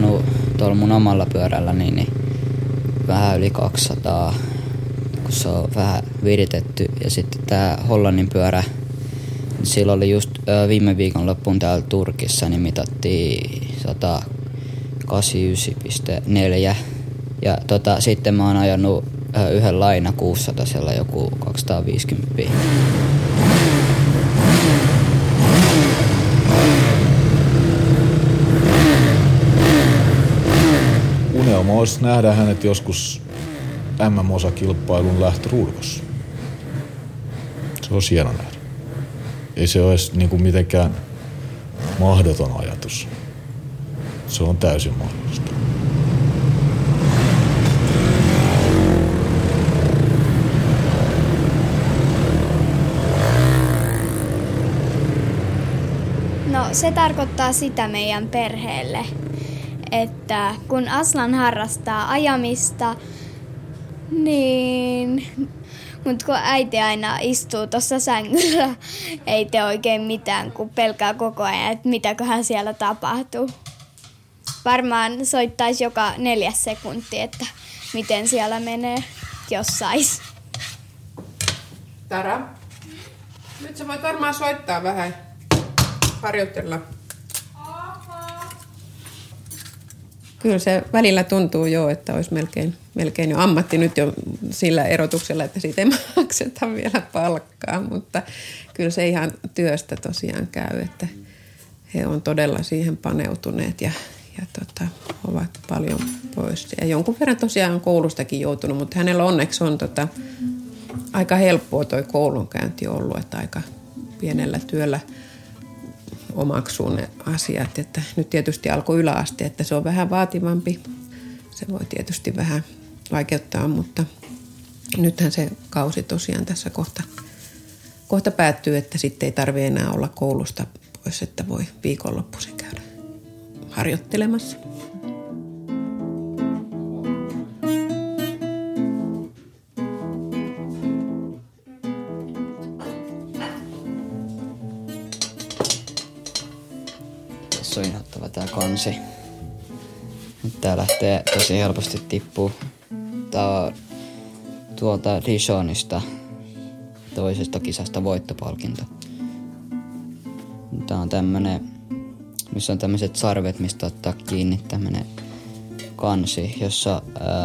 ajanut tuolla mun omalla pyörällä niin vähän yli 200, kun se on vähän viritetty. Ja sitten tää Hollannin pyörä, niin sillä oli just viime viikon loppuun täällä Turkissa, niin mitattiin 189,4. Ja sitten mä oon ajanut yhden Laina 600 joku 250. Unelma olisi nähdä hänet joskus MM-osakilpailun lähtöruudussa. Se olisi hieno nähdä. Ei se olisi niinku mitenkään mahdoton ajatus. Se on täysin mahdollista. No, se tarkoittaa sitä meidän perheelle, että kun Aslan harrastaa ajamista, niin... Mutta kun äiti aina istuu tuossa sängyllä, ei tee oikein mitään, kun pelkää koko ajan, että mitäköhän siellä tapahtuu. Varmaan soittaisi joka 4 sekuntia, että miten siellä menee, jos sais. Tara, nyt sä voit varmaan soittaa vähän, harjoitella. Kyllä se välillä tuntuu jo, että olisi melkein jo ammatti nyt jo sillä erotuksella, että siitä ei makseta vielä palkkaa, mutta kyllä se ihan työstä tosiaan käy, että he on todella siihen paneutuneet ja ovat paljon pois. Ja jonkun verran tosiaan on koulustakin joutunut, mutta hänellä onneksi on aika helppoa toi koulunkäynti ollut, että aika pienellä työllä omaksuu ne asiat, että nyt tietysti alkoi yläaste, että se on vähän vaativampi. Se voi tietysti vähän vaikeuttaa, mutta nythän se kausi tosiaan tässä kohta päättyy, että sitten ei tarvitse enää olla koulusta pois, että voi viikonloppuisin käydä harjoittelemassa. Tässä on inhottava tää kansi. Nyt tää lähtee tosi helposti tippuu. Tää on tuolta Dijonista toisesta kisasta voittopalkinto. Tää on tämmönen, missä on tämmöiset sarvet, mistä ottaa kiinni tämmönen kansi, jossa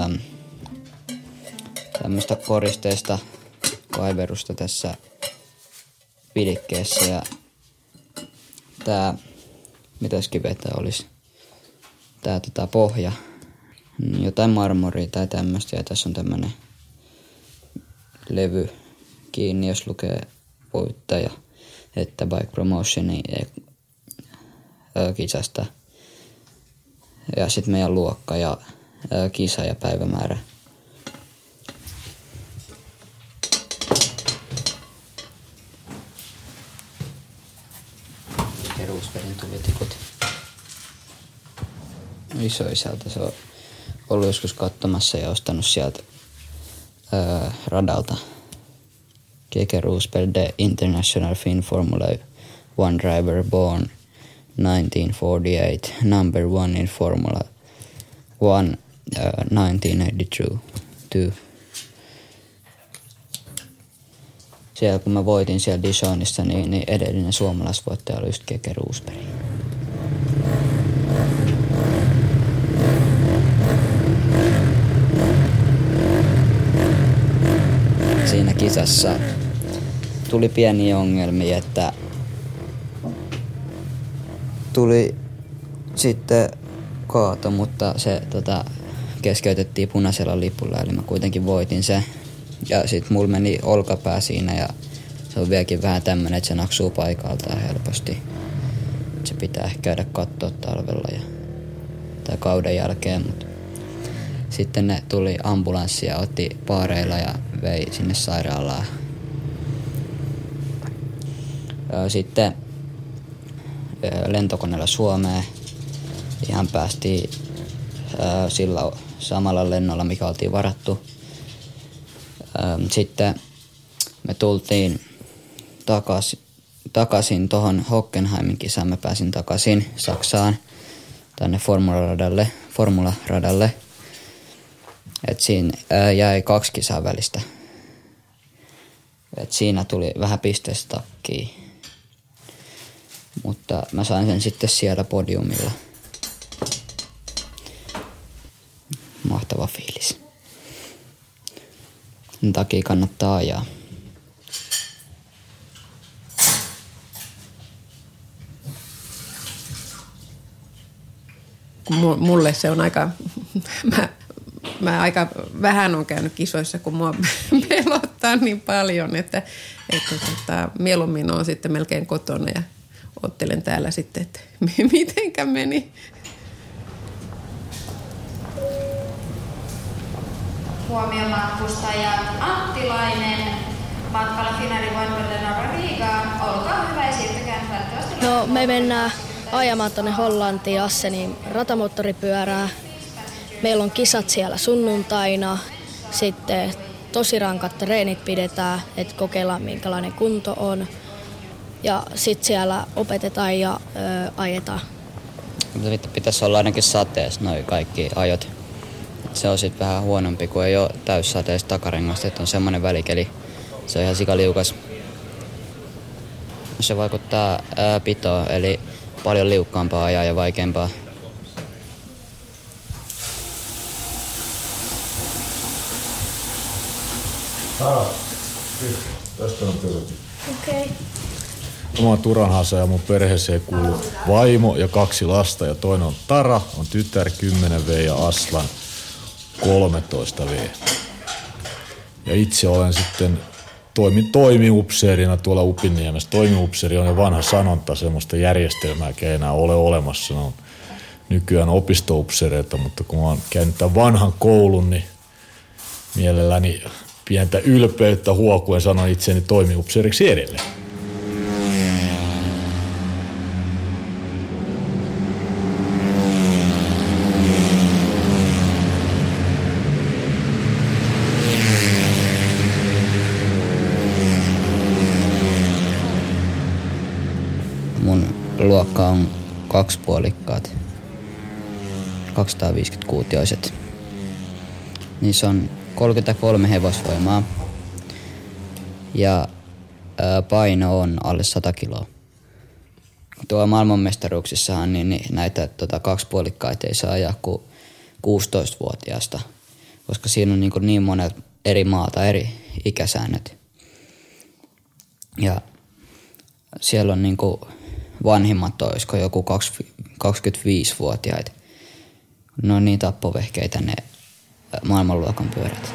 tämmöistä koristeista kaiverusta tässä pidikkeessä ja tää, mitäs kivetä olisi, tää pohja, jotain marmoria tai tämmöistä ja tässä on tämmönen levy kiinni, jos lukee voittaja, että Bike Promotionin kisasta. Ja sitten meidän luokka ja kisa ja päivämäärä. Roosbergin tulitikut. Isoisältä se on ollut joskus katsomassa ja ostanut sieltä radalta. Keke Rosberg, the International Finn Formula One driver born 1948, number one in Formula One 1982. Siellä kun mä voitin siellä Dijonissa, niin edellinen suomalaisvoittaja oli just Keke Rosberg. Siinä kisassa tuli pieniä ongelmia, että tuli sitten kaato, mutta se keskeytettiin punaisella lipulla, eli mä kuitenkin voitin se. Ja sit mulla meni olkapää siinä ja se on vieläkin vähän tämmönen, että se naksuu paikaltaan helposti. Se pitää ehkä käydä kattoo talvella tai kauden jälkeen, mutta sitten ne tuli ambulanssi ja otti paareilla ja vei sinne sairaalaan. Sitten lentokoneella Suomeen. Ihan päästiin sillä samalla lennolla, mikä oltiin varattu. Sitten me tultiin takaisin tuohon Hockenheimin kisaan. Mä pääsin takaisin Saksaan. tänne formularadalle. Et siinä jäi 2 kisaa välistä. Et siinä tuli vähän pistestakkiä. Mutta mä sain sen sitten siellä podiumilla. Mahtava fiilis. Sen takia kannattaa ajaa. Mulle se on aika... Mä aika vähän on käynyt kisoissa, kun mua pelottaa niin paljon, että mieluummin on sitten melkein kotona ja ottelen täällä sitten, että mitenkä meni. Huomio matkustajat. Anttilainen matkalla finaalivoimalle Riigaan. Olkaa hyvä ja siirtykää välttämättä. No, me mennään ajamaan tuonne Hollantiin Assenin ratamoottoripyörää. Meillä on kisat siellä sunnuntaina. Sitten tosi rankat treenit pidetään, että kokeillaan minkälainen kunto on. Ja sitten siellä opetetaan ja ajetaan. Pitäisi olla ainakin sateessa noi kaikki ajot. Se on sitten vähän huonompi, kun ei ole täyssateessa takarengasta, että on semmoinen välikeli. Se on ihan sikaliukas. Se vaikuttaa pitoon, eli paljon liukkaampaa ajaa ja vaikeampaa. Tästä on pyritty. Okei. Mä oon Turanhasa ja mun perheeseen kuuluu vaimo ja 2 lasta. Ja toinen on Tara, on tytär 10V ja Aslan 13V. Ja itse olen sitten toimiupseerina tuolla Upinniemessä. Toimiupseeri on jo vanha sanonta, semmoista järjestelmää ei enää ole olemassa. Ne on nykyään opistoupseereita, mutta kun mä oon käynyt tämän vanhan koulun, niin mielelläni pientä ylpeyttä huokuen sanon itseni toimiupseeriksi edelleen. Mun luokka on 2 puolikkaat, 250-kuutioiset. Niissä on 33 hevosvoimaa ja paino on alle 100 kiloa. Tuo maailmanmestaruuksissahan niin näitä 2 puolikkaita ei saa ajaa kuin 16-vuotiaasta, koska siinä on niin monet eri maata, eri ikäsäännöt. Siellä on vanhimmat olisiko joku 25-vuotiaita. Ne on niin tappovehkeitä ne maailmanluokan pyörät.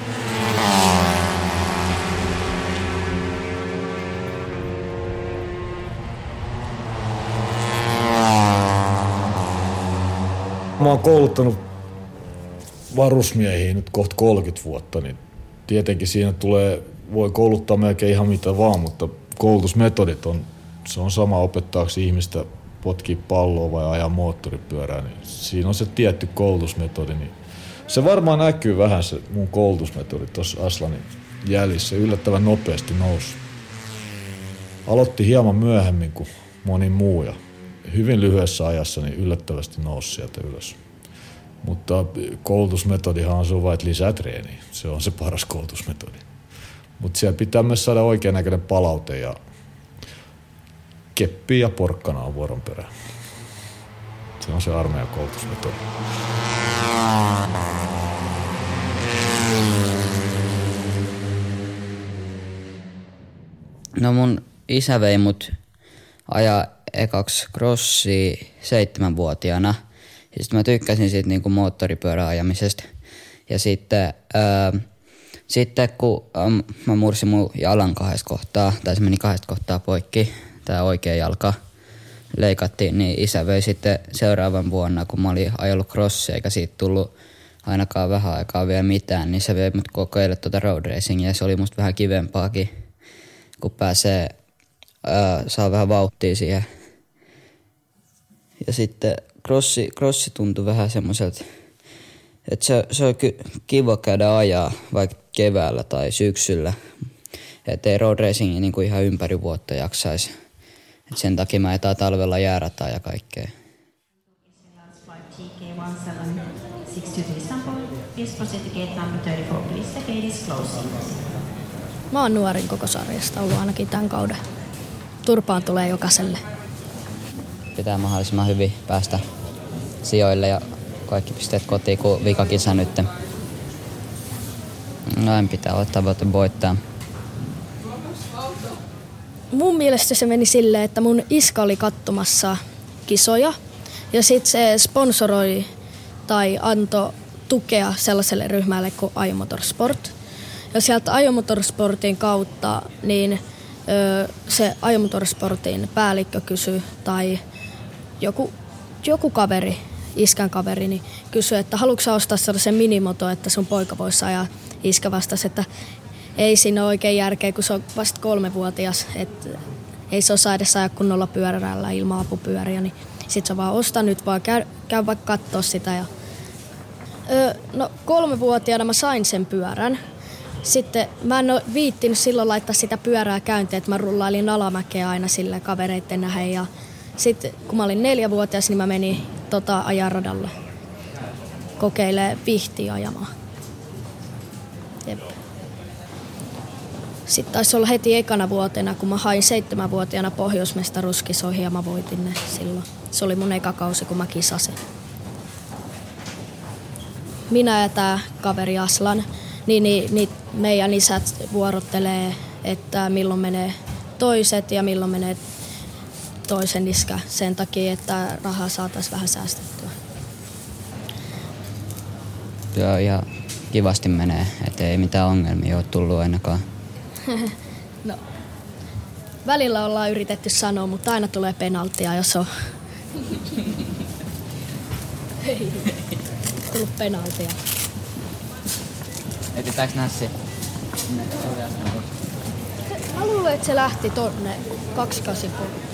Mä oon kouluttanut varusmiehiä nyt kohta 30 vuotta, niin tietenkin siinä voi kouluttaa melkein ihan mitä vaan, mutta koulutusmetodit se on sama opettaako ihmistä potkii palloa vai ajaa moottoripyörää, niin siinä on se tietty koulutusmetodi. Niin se varmaan näkyy vähän se mun koulutusmetodi tuossa Aslanin jäljissä. Yllättävän nopeasti nousi. Aloitti hieman myöhemmin kuin moni muu ja hyvin lyhyessä ajassa niin yllättävästi nousi sieltä ylös. Mutta koulutusmetodihan on vain, että lisää treeniä. Se on se paras koulutusmetodi. Mutta siellä pitää myös saada oikeannäköinen palaute ja keppi ja porkkana on vuoron perään. Se on se armeijan koulutusmetodi. No mun isä vei mut ajaa ekaksi crossia 7-vuotiaana. Ja sitten mä tykkäsin siitä moottoripyöräajamisesta. Ja sitten kun mä mursin mun jalan 2 kohtaa, tai se meni 2 kohtaa poikki, tää oikea jalka leikattiin, niin isä vei sitten seuraavan vuonna, kun mä olin ajellut crossia, eikä siitä tullut ainakaan vähän aikaa vielä mitään, niin se vei mut kokeille road racingia, ja se oli musta vähän kivempaakin, kun saa vähän vauhtia siihen. Ja sitten crossi tuntui vähän semmoiselta, että se on kiva käydä ajaa vaikka keväällä tai syksyllä. Että ei road racingi niin kuin ihan ympäri vuotta jaksaisi. Et sen takia mä etaan talvella jäärataa ja kaikkea. 622 Istanbul. Please proceed to gate number 34. Please, the gate is closing. Mä oon nuorin koko sarjasta ollut ainakin tämän kauden. Turpaan tulee jokaiselle. Pitää mahdollisimman hyvin päästä sijoille ja kaikki pisteet kotiin kuin vikakisa nyt. Näin pitää olla tavoite voittaa. Mun mielestä se meni silleen, että mun iska oli katsomassa kisoja ja sitten se sponsoroi tai antoi tukea sellaiselle ryhmälle kuin Ajomotorsport. Ja sieltä Ajomotorsportin kautta niin se Ajomotorsportin päällikkö kysyi tai joku kaveri, iskän kaveri, niin kysyi, että haluatko sä ostaa sellaisen minimoto, että sun poika voisi ajaa. Iskä vastasi, että ei siinä ole oikein järkeä, kun se on vasta 3-vuotias, että ei se osaa edes ajaa kunnolla pyörällä ilman apupyöriä, niin sit se vaan osta nyt, vaan käy vaikka kattoo sitä. Ja, 3-vuotiaana mä sain sen pyörän. Sitten mä en ole viittinyt silloin laittaa sitä pyörää käyntiin, että mä rullailin alamäkeä aina sille kavereitten nähen. Ja sitten kun mä olin 4-vuotias, niin mä menin ajaradalle kokeilemaan vihtiä ajamaan. Jep. Sitten taisi olla heti ekana vuotena, kun mä hain 7-vuotiaana pohjoismestaruuskisoihin ja mä voitin ne silloin. Se oli mun eka kausi, kun mä kisasin. Minä ja tää kaveri Aslan, niin meidän isät vuorottelee, että milloin menee toiset ja milloin menee toisen iskä sen takia, että rahaa saataisiin vähän säästettyä. Joo, ja kivasti menee, ettei mitään ongelmia ole tullut ainakaan. No, välillä ollaan yritetty sanoa, mutta aina tulee penaltia, jos on ei tullut penaltia. Etitäänkö Nässi? Mä luulen, että se lähti tonne 28 puolella.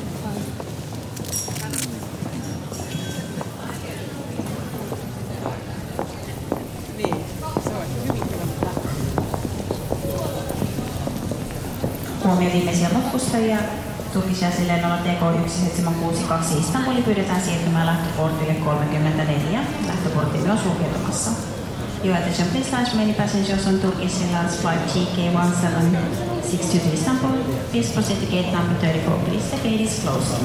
Huomio viimeisiä matkustajia. Turkisjäsille 0 TK 1762 Istanbuli pyydetään siirtymään lähtöportille 34. Lähtöportille on sulkeutumassa. Your attention please large many passengers on Turkish Airlines flight TK1762 to Istanbul. Please proceed to gate number 34. Please, the gate is closing.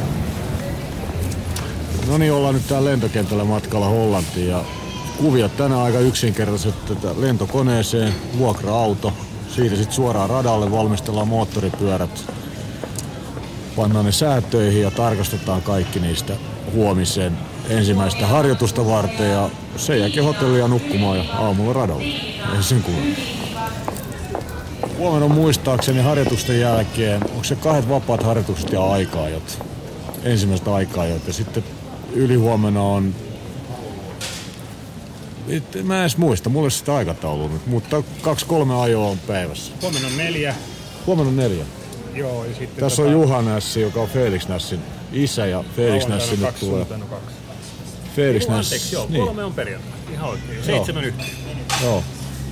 No niin, ollaan nyt täällä lentokentällä matkalla Hollantiin ja kuviot tänään aika yksinkertaiset lentokoneeseen, vuokra-auto. Siitä sitten suoraan radalle valmistellaan moottoripyörät, pannaan ne säätöihin ja tarkastetaan kaikki niistä huomisen ensimmäistä harjoitusta varten ja sen jälkeen hotellia nukkumaan ja aamulla radalle. Ei sen kuule. Huomenna muistaakseni harjoitusten jälkeen, onko se 2 vapaat harjoitukset ja aika-ajot? Ensimmäiset aika-ajot ja sitten ylihuomenna on... Mä en edes muista, mulla ei sitä aikataulua nyt, mutta 2-3 ajoa on päivässä. Huomenna on 4. Huomenna on 4. Joo, ja sitten tässä on Juha Nässi, joka on Felix Nässin isä ja Felix Nässi nyt tulee. Felix Nässi. Anteeksi, joo, 3 on perjantai. Ihan oikein. 7-1. Joo.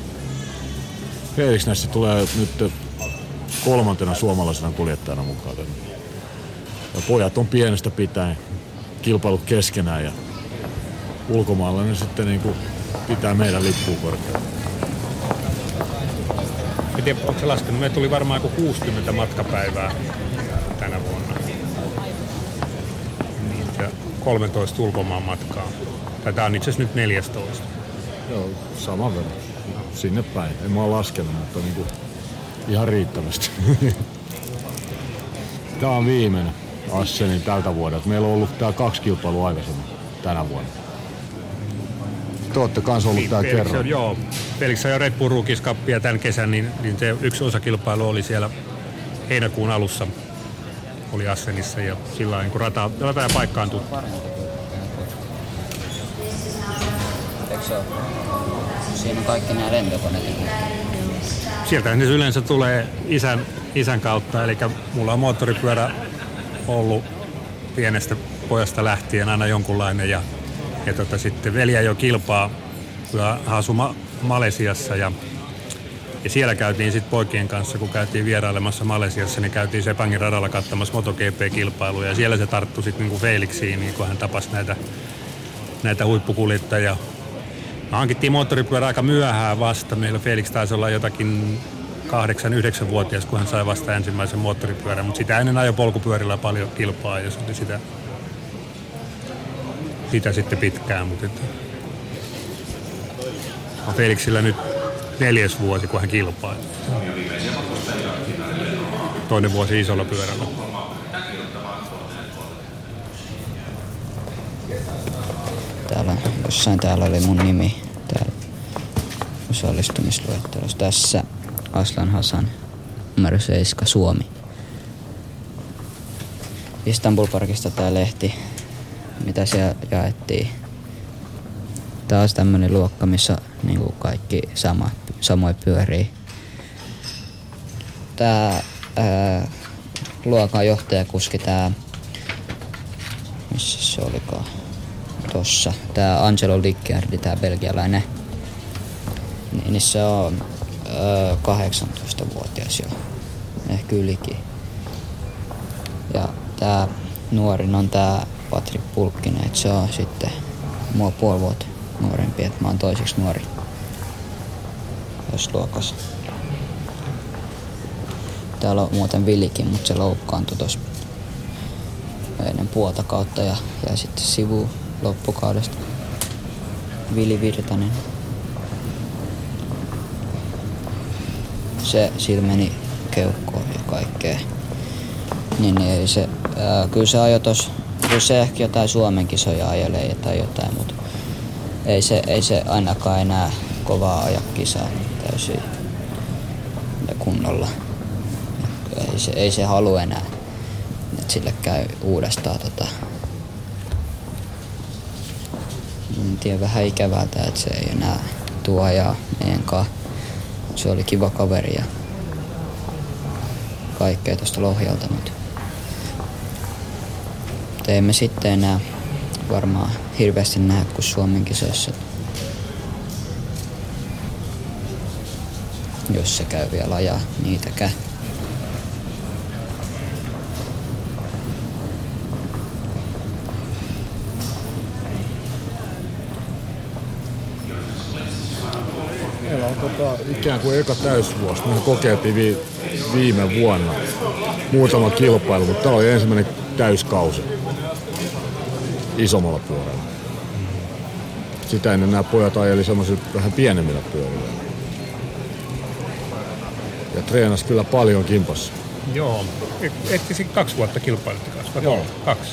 Felix Nässi tulee nyt 3. suomalaisena kuljettajana mukaan tänne. Ja pojat on pienestä pitäen kilpailut keskenään ja ulkomailla ne sitten niinku pitää meidän lippua korkealla. En tiedä, onko se laskenut? Me tuli varmaan joku 60 matkapäivää tänä vuonna. Niin, ja 13 ulkomaan matkaa. Tämä on itse asiassa nyt 14. Joo, saman verran. Sinne päin. En mä ole laskenut, mutta niinku ihan riittävästi. Tää on viimeinen Assenin tältä vuodelta. Meillä on ollut tää 2 kilpailua aikaisemmin tänä vuonna. Te ootte kans ollut tää kerran. Joo, Felix on jo Red Bull Rookies Cupia tämän kesän, niin se yksi osakilpailu oli siellä heinäkuun alussa. Oli Assenissa ja sillä lailla niin rata ja paikkaantui. Eikö se ole? Siinä on kaikki nämä lentokoneet. Sieltä ne yleensä tulee isän kautta, eli mulla on moottoripyörä ollut pienestä pojasta lähtien aina jonkunlainen ja sitten veli jo kilpaa, kun asui Malesiassa ja siellä käytiin sitten poikien kanssa, kun käytiin vierailemassa Malesiassa, niin käytiin Sepangin radalla katsomassa MotoGP-kilpailuja ja siellä se tarttui sitten niinku Felixiin, niin kun hän tapasi näitä näitä huippukuljettajia. Me hankittiin moottoripyörä aika myöhään vasta. Meillä Felix taisi olla jotakin 8-9-vuotias, kun hän sai vasta ensimmäisen moottoripyörän, mutta sitä ennen ajoi polkupyörillä paljon kilpaa ja sitä sitten pitkään. Mutta on Felixillä nyt 4. vuosi, kun hän kilpaa. Toinen vuosi isolla pyörällä. Täällä oli mun nimi täällä osallistumisluettelossa. Tässä Aslan Hasan, numero 7, Suomi. Istanbul Parkista tää lehti, mitä siellä jaettiin. Taas tämmönen luokka, missä niinku kaikki samoin pyörii. Tää luokan johtajakuski, tää, missä se olikaan? Tossa. Tää Angelo Licciardi, tää belgialainen. Niin se on 18-vuotias jo. Ehkä ylikin. Ja tää nuorin on tää Patrick Pulkkinen, et se on sitten mua 5 vuotta nuorempi, et mä oon toiseksi nuori jos luokassa. Täällä on muuten Vilikin, mutta se loukkaantui tossa ennen puolta kautta ja sitten sivuun loppukaudesta. Vili Virtanen. Se silmeni keuhkoon ja kaikkea. Niin ei se, kyllä se ajoi tossa, kyllä se ehkä jotain Suomen kisoja ajelee tai jotain, mutta ei se ainakaan enää kovaa aja kisaa täysin kunnolla. Ei se halua enää, että sille käy uudestaan en tiedä, vähän ikävältä, että se ei enää tuo ajaa meidän kanssa. Se oli kiva kaveri ja kaikkea tuosta Lohjalta, mutta emme sitten enää varmaan hirveästi nähdä kuin Suomen kisoissa. Jos se käy vielä ajaa niitäkään. Meillä on ikään kuin eka täysvuosi. Me kokeiltiin viime vuonna muutama kilpailu, mutta tämä oli ensimmäinen täyskausi isommalla pyörällä. Sitä ennen nämä pojat ajeli semmoisilla vähän pienemmillä pyörillä. Ja treenasi kyllä paljon kimpassa. Joo, ehtisin 2 vuotta kilpailutti kanssa. Joo. 2.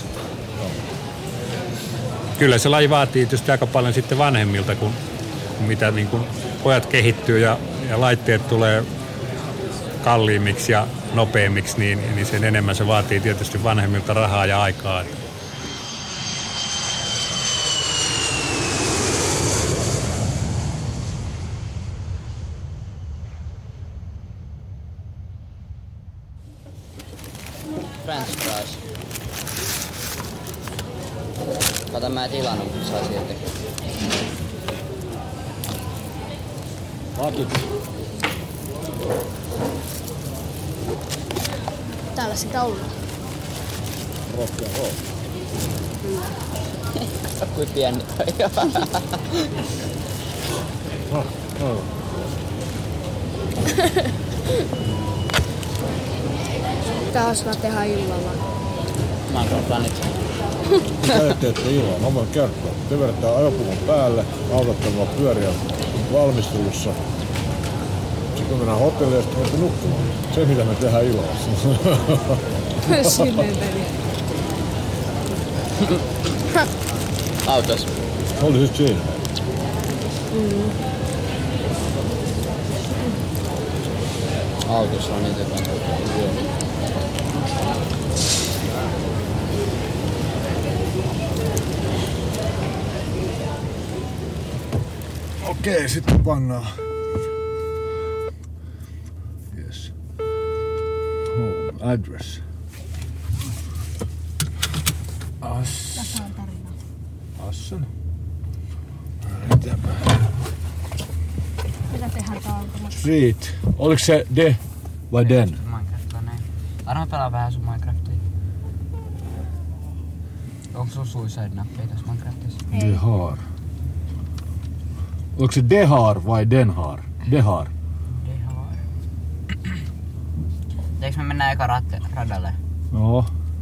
Kyllä se laji vaatii tietysti aika paljon sitten vanhemmilta, kun mitä niin kuin pojat kehittyy ja laitteet tulee kalliimmiksi ja nopeammiksi, niin sen enemmän se vaatii tietysti vanhemmilta rahaa ja aikaa. French fries. Kato, mä en tilannut, mutta saa silti. Täällä sitä on. Rock'n'roll. Kuin pieni. Tää olisi vaan tehdä illalla. Mä oon planit. Mitä teette illalla? Mä voin kertoa. Te vedetään ajopuvun päälle, autatte mua pyöriä valmistelussa. Sitten kun mennään hotelliin ja sitten menette nukkumaan. Se mitä me tehdään illalla. Silleen väliin. Autos. Oli sit siinä. Autossa on niitä kanssa. Okei, sitten pannaan. Yes. Home address. Assan. Mitä tehdään täällä? Street. Oliko se de vai den? Minecraft on näin. Arma pelaa vähän sun Minecraftia. Onko sulla suicide-nappia tässä Minecraftissa? Dehar. Onko se Dehar vai Denhar? Dehar. Eikö me mennä eka radalle? Joo.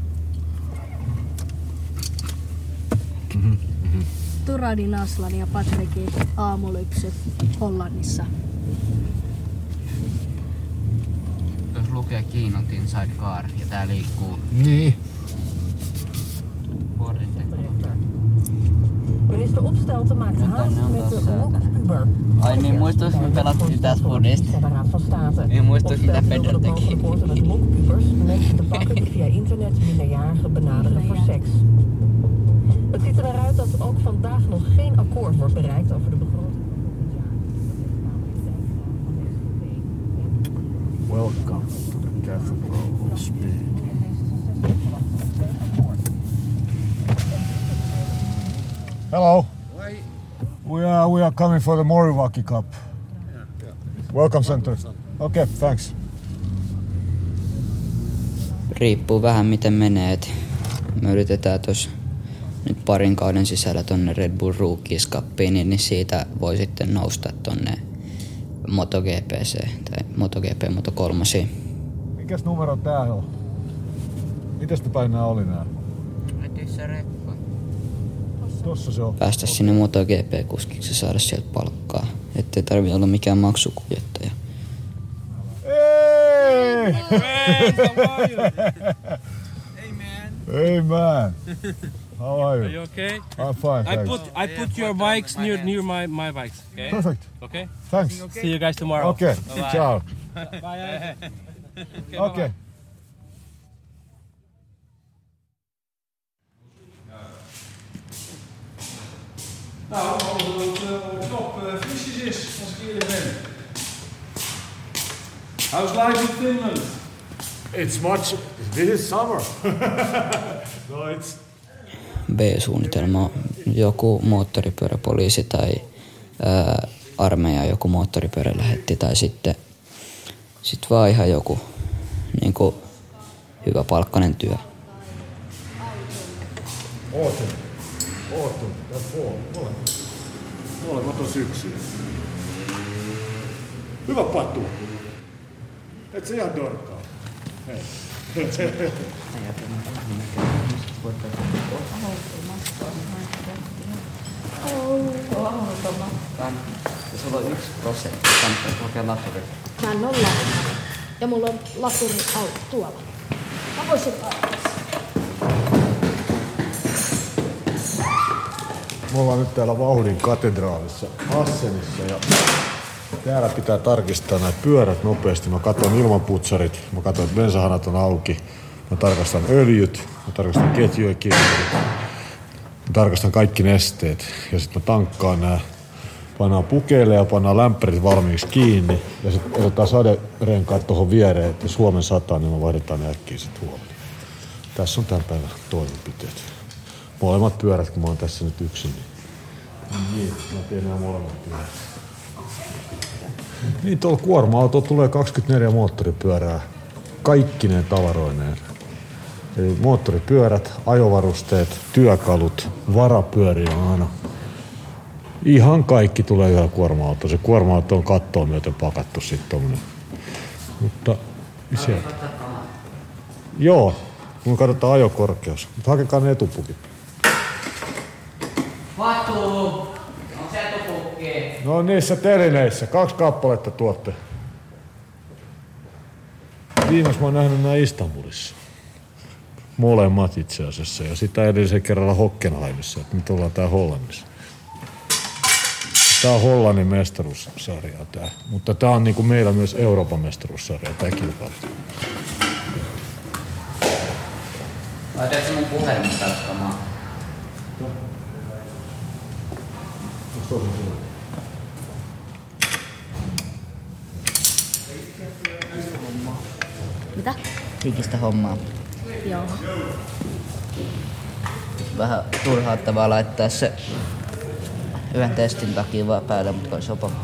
Turadin Aslan ja Patrickin aamulypsyt Hollannissa. Jos lukee Keenot Inside Car ja tää liikkuu. Niin. Minister Opstelten maakt haast met de Lokpuber. Ai niin, muistuis me pelattiin tässä podista. Niin muistuis mitä Feder teki. Met Lokpubers mensen de bakken die via internet minderjarigen benaderen voor seks. Het ziet er naar uit dat ook vandaag nog geen akkoord wordt bereikt over de begroting. Welcome to the Cathedral of Speed. Hello. We are coming for the Moriwaki Cup. Welcome center. Okay, thanks. Riippuu vähän miten menee, et me yritetään tuossa nyt parin kauden sisällä tonne Red Bull Rookies Cupiin, niin siitä voi sitten nousta tonne MotoGPC tai MotoGP Moto3. Mikäs numero tää on? Mitäs päin nää oli nää? Metissä rekka. Tossa se on. Päästä sinne MotoGP-kuskiksi ja saada sieltä palkkaa, ettei tarvi olla mikään maksukuljettaja. Hey! Hey man. Hey man. How are you? Are you okay? I'm fine, thanks. I put your bikes near my bikes. Okay. Perfect. Okay. Thanks. See you guys tomorrow. Okay. Bye-bye. Ciao. Bye. Okay. Nou, als het knop frisjes is, als ik eerlijk ben. How's life in Finland? It's much. This is summer. No, it's. B-suunnitelma, joku moottoripyöräpoliisi tai armeija joku moottoripyörä lähetti tai sitten vaan ihan joku niinku hyvä palkkainen työ. Autumn ja fall. Molemmat on syksyä. Hyvä Patu. Et se ihan dorkaa. Hei. Ja sulla on 1%, kannattaa kokea laturi. Mä en ole laturi. Ja mulla on laturi tuolla. Mä voisin Me ollaan nyt täällä Vauhdin katedraalissa Assenissa ja täällä pitää tarkistaa näitä pyörät nopeasti. Mä katson ilmanputsarit, mä katson, että bensahanat on auki, mä tarkastan öljyt, mä tarkastan ketjujen kirjoitukset, mä tarkastan kaikki nesteet ja sitten mä tankkaan nää, pannaan pukeille ja pannaan lämpärit valmiiksi kiinni ja sitten otetaan saderenkaat tuohon viereen, että Suomen sataa, niin me vaihdetaan ne äkkiä sitten huomioon. Tässä on tämän päivän toimenpiteet. Molemmat pyörät, kun mä oon tässä nyt yksin. Niin, mä teen nämä molemmat pyörät. Niin, tuolla kuorma-autolla tulee 24 moottoripyörää, kaikkineen tavaroineen. Eli moottoripyörät, ajovarusteet, työkalut, varapyöriä on aina. Ihan kaikki tulee yhdellä kuorma-autolla. Se kuorma-auto on kattoon myöten pakattu sitten tommonen. Mutta sieltä. Joo, kun katsotaan ajokorkeus. Mutta hakekaa ne etupukit. Vatu! On se etupukki? No niissä telineissä. 2 kappaletta tuotte. Viimeis mä oon nähnyt nää Istanbulissa. Molemmat itse asiassa. Ja sitä edellisen kerralla Hockenheimissa. Että nyt ollaan tää Hollannissa. Tää on Hollannin mestaruussarja tää. Mutta tää on niinku meillä myös Euroopan mestaruussarja tää kilpailu. Vai teetkö mun puhelimesta tällä kamaa? Mitä? Hikistä hommaa. Joo. Vähän turhauttavaa laittaa se yhden testin takia vaan päälle, mutta olisi jopa.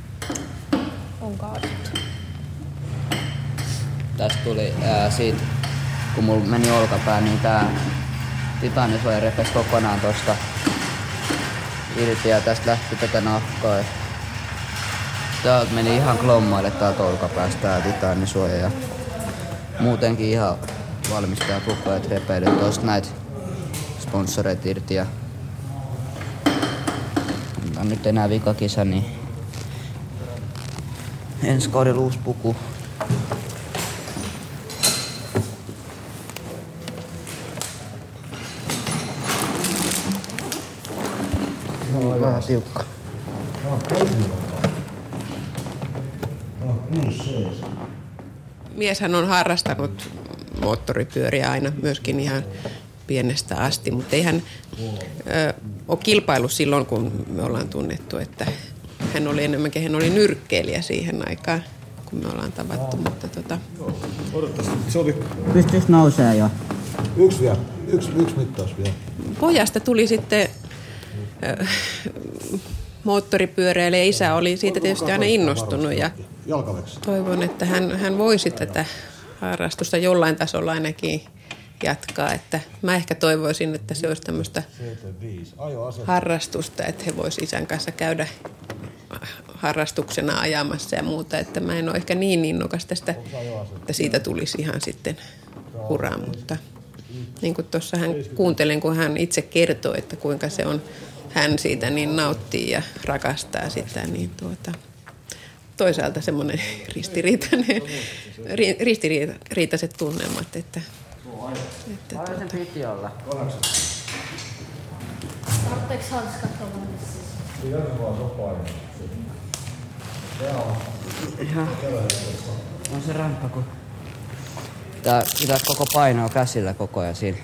On kaadettu. Tästä tuli siitä kun mulla meni olkapää, niin tää titaanisuoja repesi kokonaan tosta irti ja tästä lähti tätä nahkaa. Täältä meni ihan klommaille täältä olkapäästä tää titaanisuoja ja muutenkin ihan valmistaa koko ajan repeilyt tosta näitä sponsoreita irti ja on nyt enää vikakisa, niin ensi kaudella uusi puku. Vähän tiukka. Mieshän on harrastanut moottoripyöriä aina myöskin ihan pienestä asti, mutta ei hän ole kilpailu silloin, kun me ollaan tunnettu, että hän oli nyrkkeilijä siihen aikaan, kun me ollaan tavattu, mutta Pystyis nousee jo? Yksi mittaus vielä. Pojasta tuli sitten moottoripyöräilijä. Isä oli siitä tietysti aina innostunut ja toivon, että hän voisi tätä harrastusta jollain tasolla ainakin jatkaa. Että mä ehkä toivoisin, että se olisi tämmöistä harrastusta, että he voisivat isän kanssa käydä harrastuksena ajamassa ja muuta. Että mä en ole ehkä niin innokas tästä, että siitä tulisi ihan sitten uraa, mutta niin kuin tuossa hän kuuntelen, kun hän itse kertoo, että kuinka se on, hän siitä niin nauttii ja rakastaa sitä, niin toisaalta semmoinen ristiriitaiset tunnelmat, että Paljon sen piti olla. Tarvitseeko hanskat on se ramppa, kun pitää koko painoa käsillä koko ajan siinä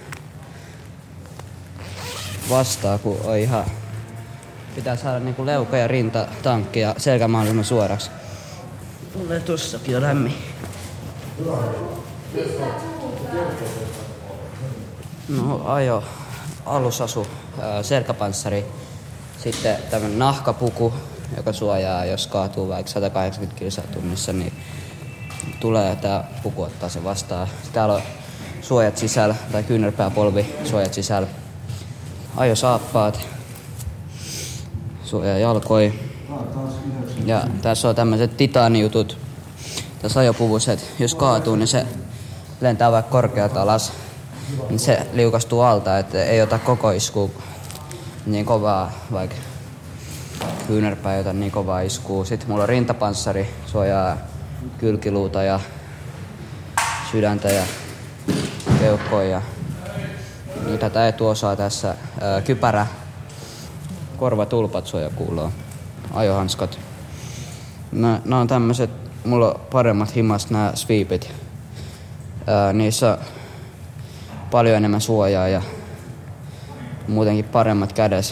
vastaa, kun on ihan pitää saada niinku leuka ja rinta tankki ja selkä mahdollisimman suoraksi. Mulle tossakin on lämmin. No ajo, alusasu, selkäpanssari, sitten tämmönen nahkapuku, joka suojaa, jos kaatuu vaikka 180 kilsaa tunnissa, niin tulee tää puku ottaa se vastaan. Täällä on suojat sisällä, tai kyynärpääpolvi, suojat sisällä. Ajosaappaat, suojaa jalkoi. Ja tässä on tämmöiset titaanijutut tässä ajopuvussa, että jos kaatuu, niin se lentää vaikka korkealta alas, niin se liukastuu alta, että ei ota koko iskua niin kovaa, vaikka kyynärpää ei ota niin kovaa iskua. Sitten mulla on rintapanssari, suojaa kylkiluuta ja sydäntä ja keuhkoja. Niin tätä etuosaa tässä, kypärä, korvatulpat suojakuuloon, ajohanskat. Nämä on tämmöiset, mulla on paremmat himas nämä sweepit. Niissä on paljon enemmän suojaa ja muutenkin paremmat kädes.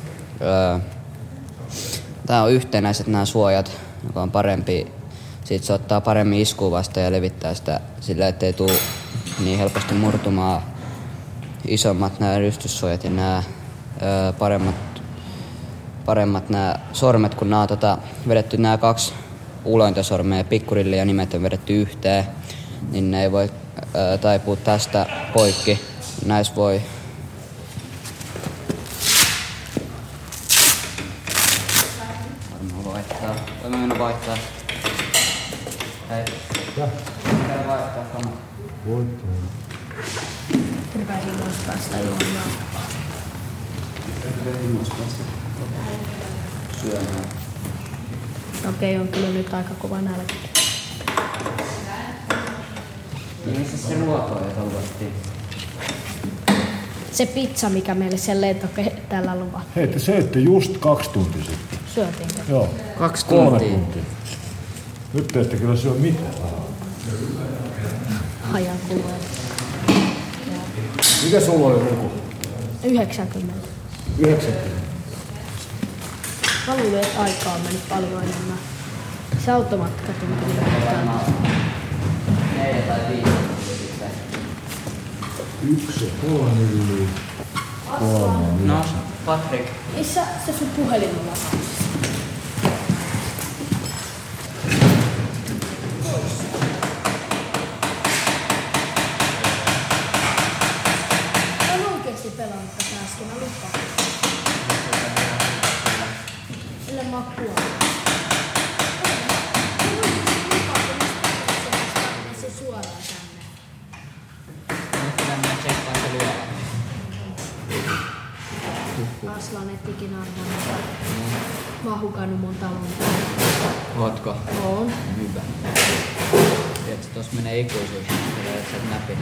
Tää on yhtenäiset nämä suojat, joka on parempi. Sitten se ottaa paremmin iskua vastaan ja levittää sitä sillä, ettei tule niin helposti murtumaan. Isommat nämä rystyssuojat ja nämä paremmat nämä sormet, kun nämä on vedetty nämä 2 ulointa sormea, pikkurilli ja nimet on vedetty yhteen, niin ne ei voi taipua tästä poikki. Näissä voi varmaan vaihtaa. Voimme mennä vaihtaa. Hei. Käy vaihtaa kamat. Voit. Hyvä himmoista päästä juomaan. Hyvä himmoista päästä syömään. Okei, on kyllä nyt aika kova nälkä. Niin missä se ruoka on, jota luvattiin? Se pizza, mikä meille siellä lentokentällä luvattiin. Hei, te söitte just 2 tuntia sitten. Syötiinkö? Joo. 2 3 tuntia. tuntia. Nyt te ette kyllä syö mitään. Hajan kuulee. Mikä sulla oli luku? 90. 90. Mä luulen, että aikaa on mennyt paljon enemmän. Se automatka tuntuu Varmaan 4 tai 5 sitten. 1,5 milliä. 3 No, Patrik. Missä se sun puhelin on? äsken oli pakko. Sille makkua. Se suoraan tänne. Nyt mennään tsekkaamaan se luola. Aslan et ikinä arvannut. Mä oon hukannut mun talon. Ootko? Oon. Hyvä. Tiedätkö, tossa menee ikuisuus, kun löydät sieltä näpit.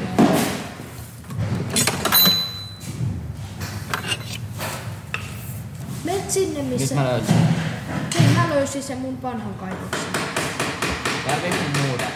Menet sinne, missä... Mistä mä löysin? Niin, mä löysin sen mun vanhan kaivoksen. Tarviiko muuta?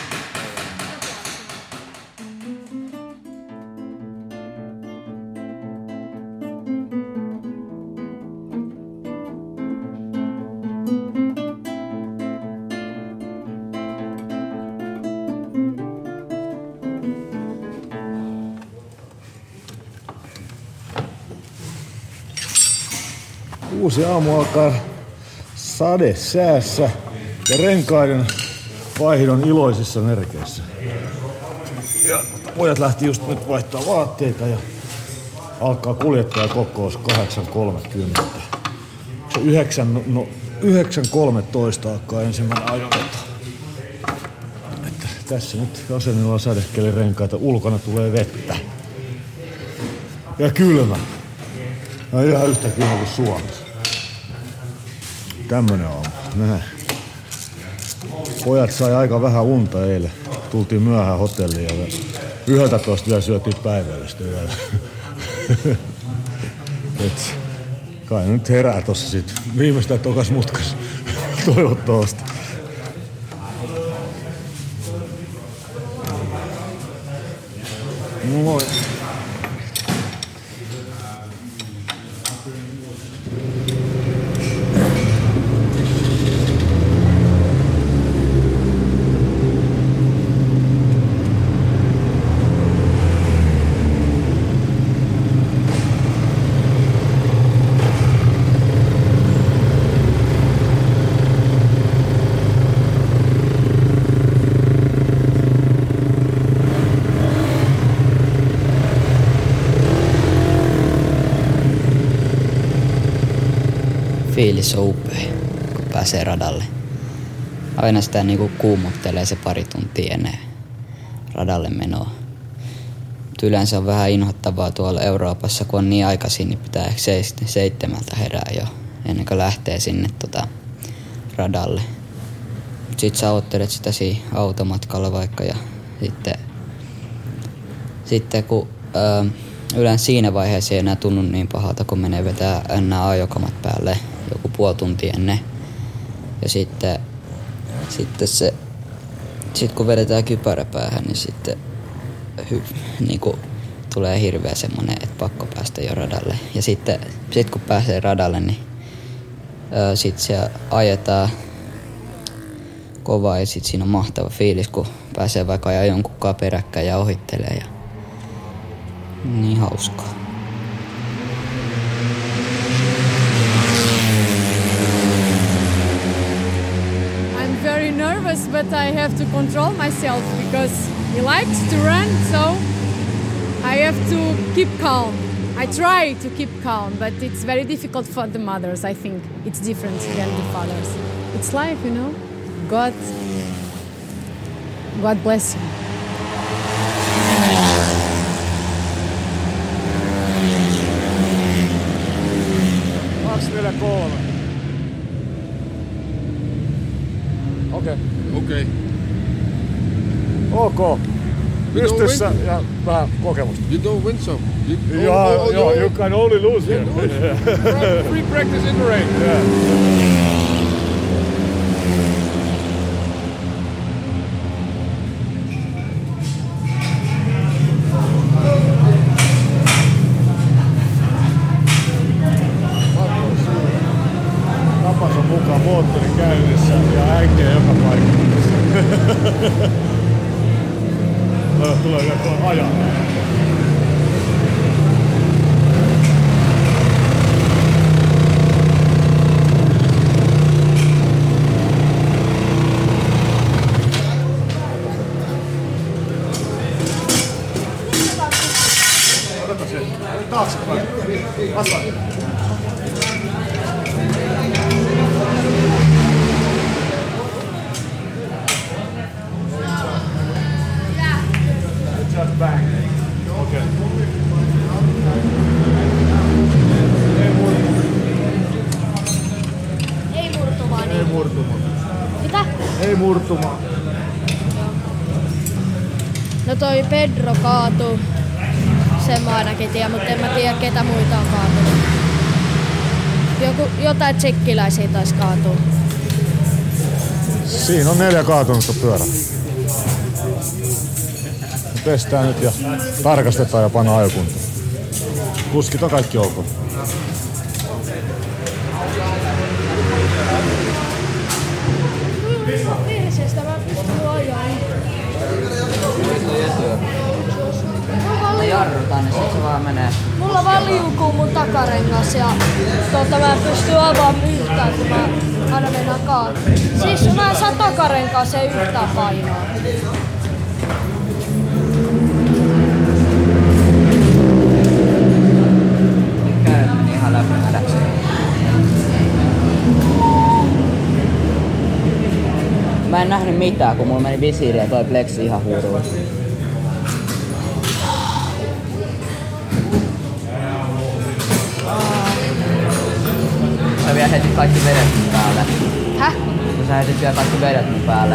Uusi aamu alkaa sadesäässä ja renkaiden vaihdon iloisissa merkeissä. Ja pojat lähti just nyt vaihtaa vaatteita ja alkaa kuljettajakokous 8.30. Se 9.13 alkaa ensimmäinen ajoveto. Että tässä nyt asennellaan sadekelirenkaita, ulkona tulee vettä. Ja kylmä. No ihan yhtä kylmä kuin Suomessa. Tämmönen aamu. Näin. Pojat sai aika vähän unta eilen. Tultiin myöhään hotelliin ja 11 vielä syötiin päivällistä yöllä. Et kai nyt herää tossa sit viimeistään tokas mutkas. Toivottavasti. Moi. Fiilis on upea, kun pääsee radalle. Aina sitä niinku kuumottelee se pari tuntia ennen radalle menoa. Mut yleensä on vähän inhottavaa tuolla Euroopassa, kun on niin aikaisin, niin pitää ehkä 7 herää jo ennen kuin lähtee sinne radalle. Mut sit sä odottelet sitä siinä automatkalla vaikka ja sitten kun yleensä siinä vaiheessa ei enää tunnu niin pahalta, kun menee vetää nämä ajokamat päälle joku puoli tuntia ennen. Ja sitten kun vedetään kypärä päähän, niin sitten niinku tulee hirveä semmonen, että pakko päästä jo radalle. Ja sitten kun pääsee radalle, niin sitten siellä ajetaan kovaa ja sitten siinä on mahtava fiilis, kun pääsee vaikka ajaa jonkunkaan peräkkäin ja ohittelee. Ja niin hauskaa. I'm very nervous, but I have to control myself because he likes to run, so I have to keep calm. I try to keep calm, but it's very difficult for the mothers, I think. It's different than the fathers. It's life, you know. God bless you. Okei. Ok. Pystyssä ja vähän kokemusta. You don't win some. You can only lose here. Free practice in the rain. Yeah. Tapas on mukaan moottori käynnissä ja äikkiä joka paikassa. Tulee vielä tuon ajan. Odota se, taaksepäin. Just bang. Okay. Ei murtumaa niin. Ei murtumaa. Mitä? Ei murtumaa. No toi Pedro kaatui. Sen mä ainakin tiedän, mutta en mä tiedä ketä muita on kaatunut. Jotain tsekkiläisiä taisi kaatua. Siinä on 4 kaatunutta pyörää. Pestään nyt ja tarkastetaan ja pannaan ajokuntoon. Kuskit on kaikki ok. Perseestä mä pystyn ajaa. Me jarrutaan, niin sit se vaan menee. Mulla vaan liukuu mun takarengas ja mä en pysty avaamaan yhtään, kun mä aina mennään kaatua. Siis mä en saa takarenkaaseen yhtään painoa. Kädet meni ihan läppimädäksi. Mä en nähnyt mitään, kun mulla meni visiiri ja toi pleksi ihan huuruun. Sä vielä heitit kaikki vedet mun päälle. Häh? Sä heitit vielä kaikki vedet mun päälle.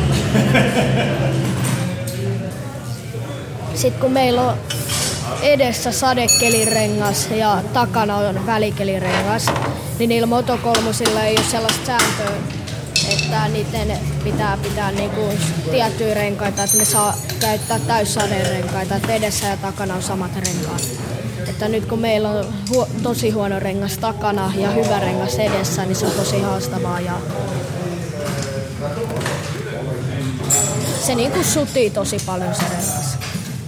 Sitten kun meillä on edessä sadekelirengas ja takana on välikelirengas, niin niillä motokolmusilla ei ole sellaista sääntöä, että niiden pitää niinku tiettyjä renkaita, että ne saa käyttää täyssaderenkaita, että edessä ja takana on samat renkaat. Että nyt kun meillä on tosi huono rengas takana ja hyvä rengas edessä, niin se on tosi haastavaa ja se niinku sutii tosi paljon se rengas.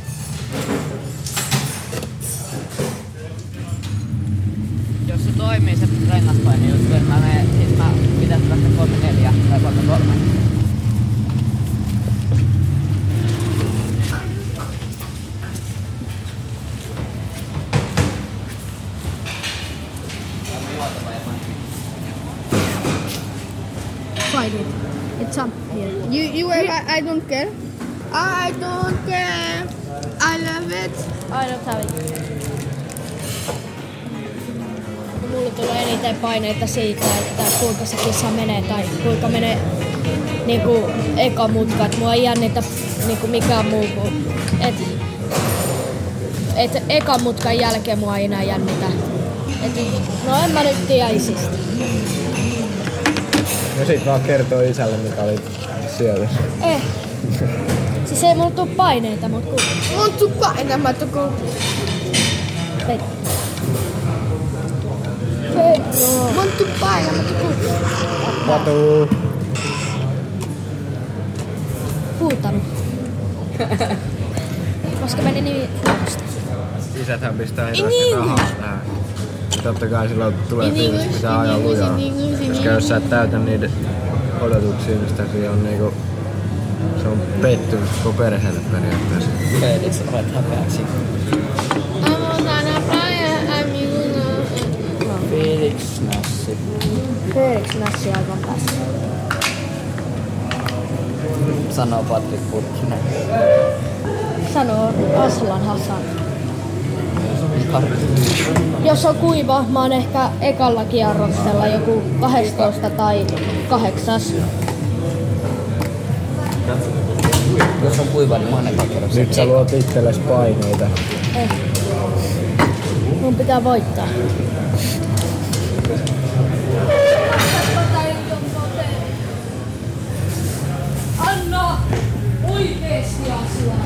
Jos se toimii se rengaspaini juttu, että mä pitäis lähteä 3-4 tai 3-3. Fight it. It's up here. I don't care. I don't care. I love it. I don't have it. Mulla tulee eniten paineita siitä, että kuinka se kisa menee tai kuinka menee niinku eka mutka. Et mua ei jännitä niinku mikään muu kuin et ekan mutkan jälkeen mua ei enää jännitä. No en mä nyt tiedä isistä. Ja sit vaan kertoo isälle, mitä oli siellä. Siis ei mulla tuu paineita, mut kun... Mulla tuu painamatta, kun... Mulla tuu painamatta, kun... Patuu. Huutanut. Koska meni niin huonosti. Isäthän pistää hirveästi rahaa tähän. Totta kai silloin tulee fiilis, että pitää ajaa lujaa. Koska jos sä et täytä niiden odotuksia, mistä siinä on niinku... Se on pettymys koko perheelle periaatteessa. Felix olet häpeäksi. Felix Nassi. Felix Nassi aivan päässä. Sanoo Patrik Purkkinen. Sanoo Aslan Hasan. Jos on kuiva, mä oon ehkä ekalla kierroksella joku 12 tai 8. Jos on kuiva, niin mä oon ekalla kierroksella. Nyt sä luot itsellesi paineita. Mun pitää voittaa. Anna oikeesti asiaa.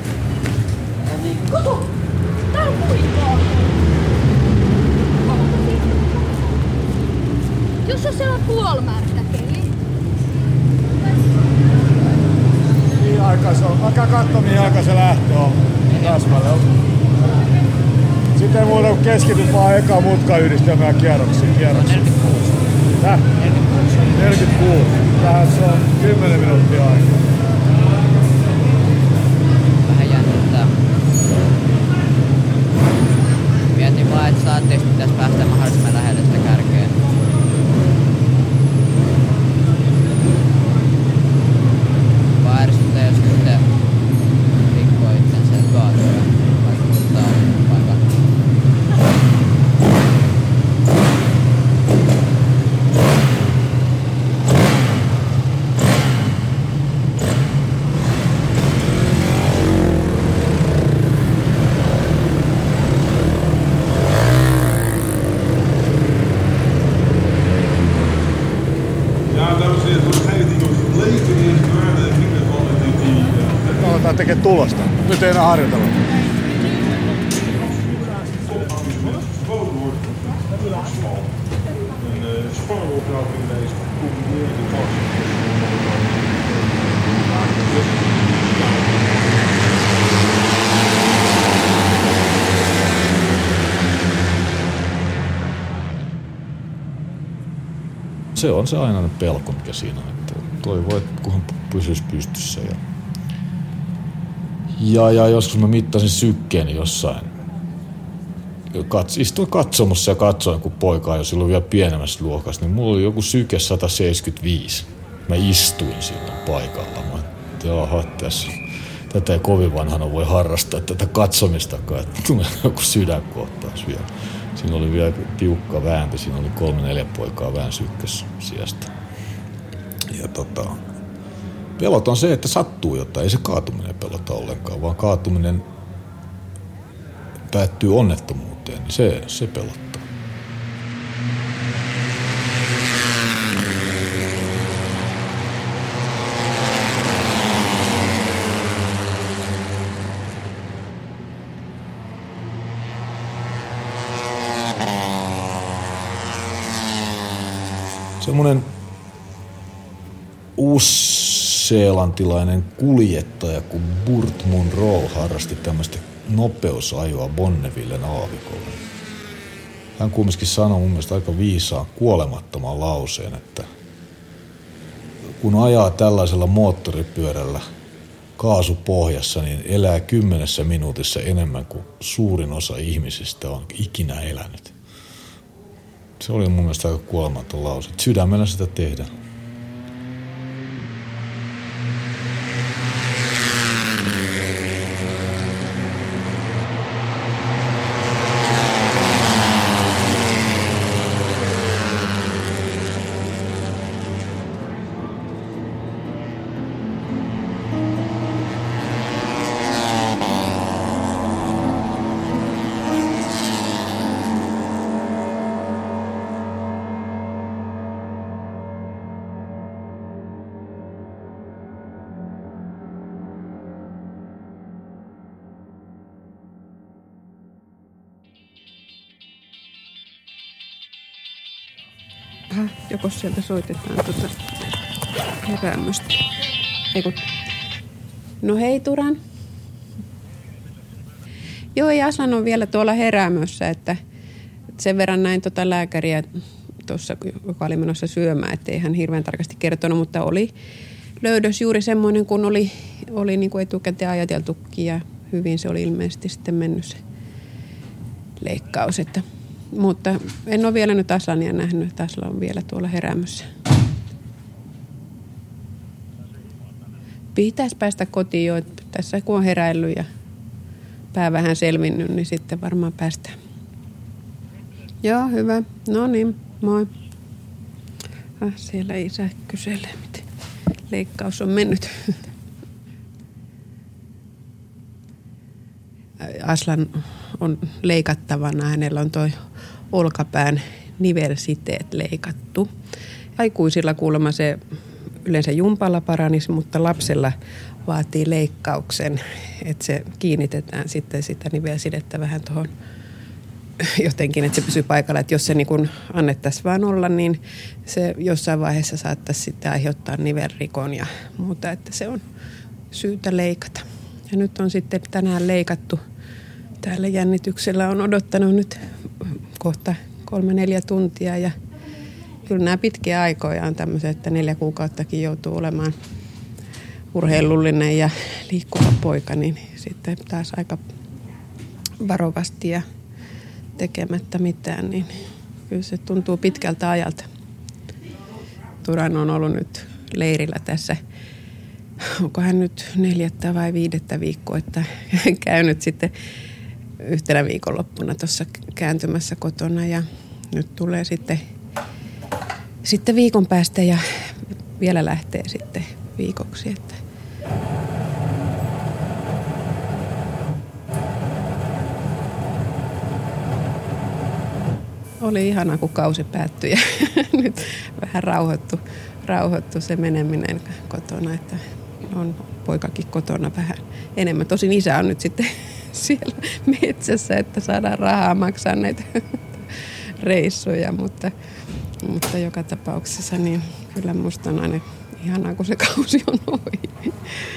Kato! Tää on kuivaa. Jos on siellä puolmärkä keli. Mihin aikaan se on? Alkaa katsoa mihin aikaan se lähtö on. Kasvalle. Sitten ei muuta kuin keskityt vaan eka mutkayhdistelmää kierroksiin. 46. Täh? 46. Tähän se on 10 minuuttia aikaa. Vähän jännittää. Mietin vaan, että saatteessa pitäisi päästä mahdollisimman lähelle sitä kärkeä. Vaan ärsyttää, jos sitten rikkoo itsensä kaasua, vaikuttaa paikan. Aletaan tekemään tulosta. Nyt ei enää harjoitella. Se on se ainainen pelko, mikä siinä on. Että toivoo, että kunhan pysyisi pystyssä. Ja joskus mä mittasin sykkeeni jossain. Istuin katsomassa ja katsoin, kun poika jo silloin vielä pienemmässä luokassa, niin mulla oli joku syke 175. Mä istuin siinä paikalla. Mä jaha, tätä ei kovin vanhana voi harrastaa tätä katsomistakaan, että tulee joku sydänkohtaus vielä. Siinä oli vielä tiukka vääntö, siinä oli 3-4 poikaa vään sykkässä sijasta. Ja pelot on se, että sattuu jotain. Ei se kaatuminen pelota ollenkaan, vaan kaatuminen päättyy onnettomuuteen. Niin se pelottaa. Semmoinen uusseelantilainen kuljettaja kuin Burt Munro harrasti tämmöistä nopeusajoa Bonnevillen aavikolla. Hän kumminkin sanoi mun mielestä aika viisaan kuolemattoman lauseen, että kun ajaa tällaisella moottoripyörällä kaasupohjassa, niin elää 10 minuutissa enemmän kuin suurin osa ihmisistä on ikinä elänyt. Se oli mun mielestä aika kuolematon lause. Sydämellä sitä tehdään. Joko sieltä soitetaan heräämöstä. No hei Turan. Joo, ja Aslan on vielä tuolla heräämössä, että sen verran näin lääkäriä tuossa, joka oli menossa syömään, ettei hän hirveän tarkasti kertonut, mutta oli löydös juuri semmoinen, kun oli niin kuin etukäteen ajateltukin ja hyvin se oli ilmeisesti sitten mennyt se leikkaus, mutta en ole vielä nyt Aslania nähnyt, että Asla on vielä tuolla heräämössä. Pitäisi päästä kotiin jo, että tässä kun on heräillyt ja pää vähän selvinnyt, niin sitten varmaan päästään. Joo, hyvä. No niin, moi. Siellä isä kyselee, miten leikkaus on mennyt. Aslan on leikattavana. Hänellä on toi olkapään nivelsiteet leikattu. Aikuisilla kuulemma se yleensä jumpalla paranisi, mutta lapsella vaatii leikkauksen, että se kiinnitetään sitten sitä nivelsidettä vähän tuohon jotenkin, että se pysyy paikalla. Että jos se niin kuin annettaisiin vaan olla, niin se jossain vaiheessa saattaisi sitten aiheuttaa nivelrikon ja muuta, että se on syytä leikata. Ja nyt on sitten tänään leikattu. Täällä jännityksellä on odottanut nyt kohta 3-4 tuntia ja kyllä nämä pitkiä aikoja on tämmöisiä, että 4 kuukauttakin joutuu olemaan urheilullinen ja liikkuva poika, niin sitten taas aika varovasti ja tekemättä mitään, niin kyllä se tuntuu pitkältä ajalta. Turan on ollut nyt leirillä tässä, onko hän nyt 4. vai 5. viikkoa, että käynyt sitten yhtenä viikonloppuna tuossa kääntymässä kotona ja nyt tulee sitten viikon päästä ja vielä lähtee sitten viikoksi. Että oli ihanaa, kun kausi päättyi ja nyt vähän rauhoittu se meneminen kotona, että on poikakin kotona vähän enemmän. Tosin isä on nyt sitten siellä metsässä, että saadaan rahaa maksaa näitä reissuja, mutta joka tapauksessa niin kyllä musta on aina ihanaa, kun se kausi on ohi.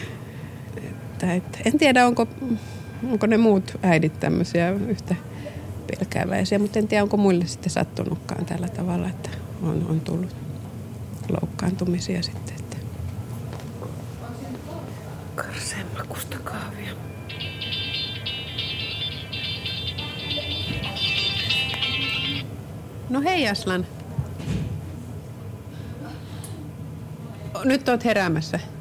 En tiedä, onko ne muut äidit tämmöisiä yhtä pelkääväisiä, mutta en tiedä, onko muille sitten sattunutkaan tällä tavalla, että on tullut loukkaantumisia sitten. Että karseen makusta kahvia. No hei Aslan. Nyt oot heräämässä.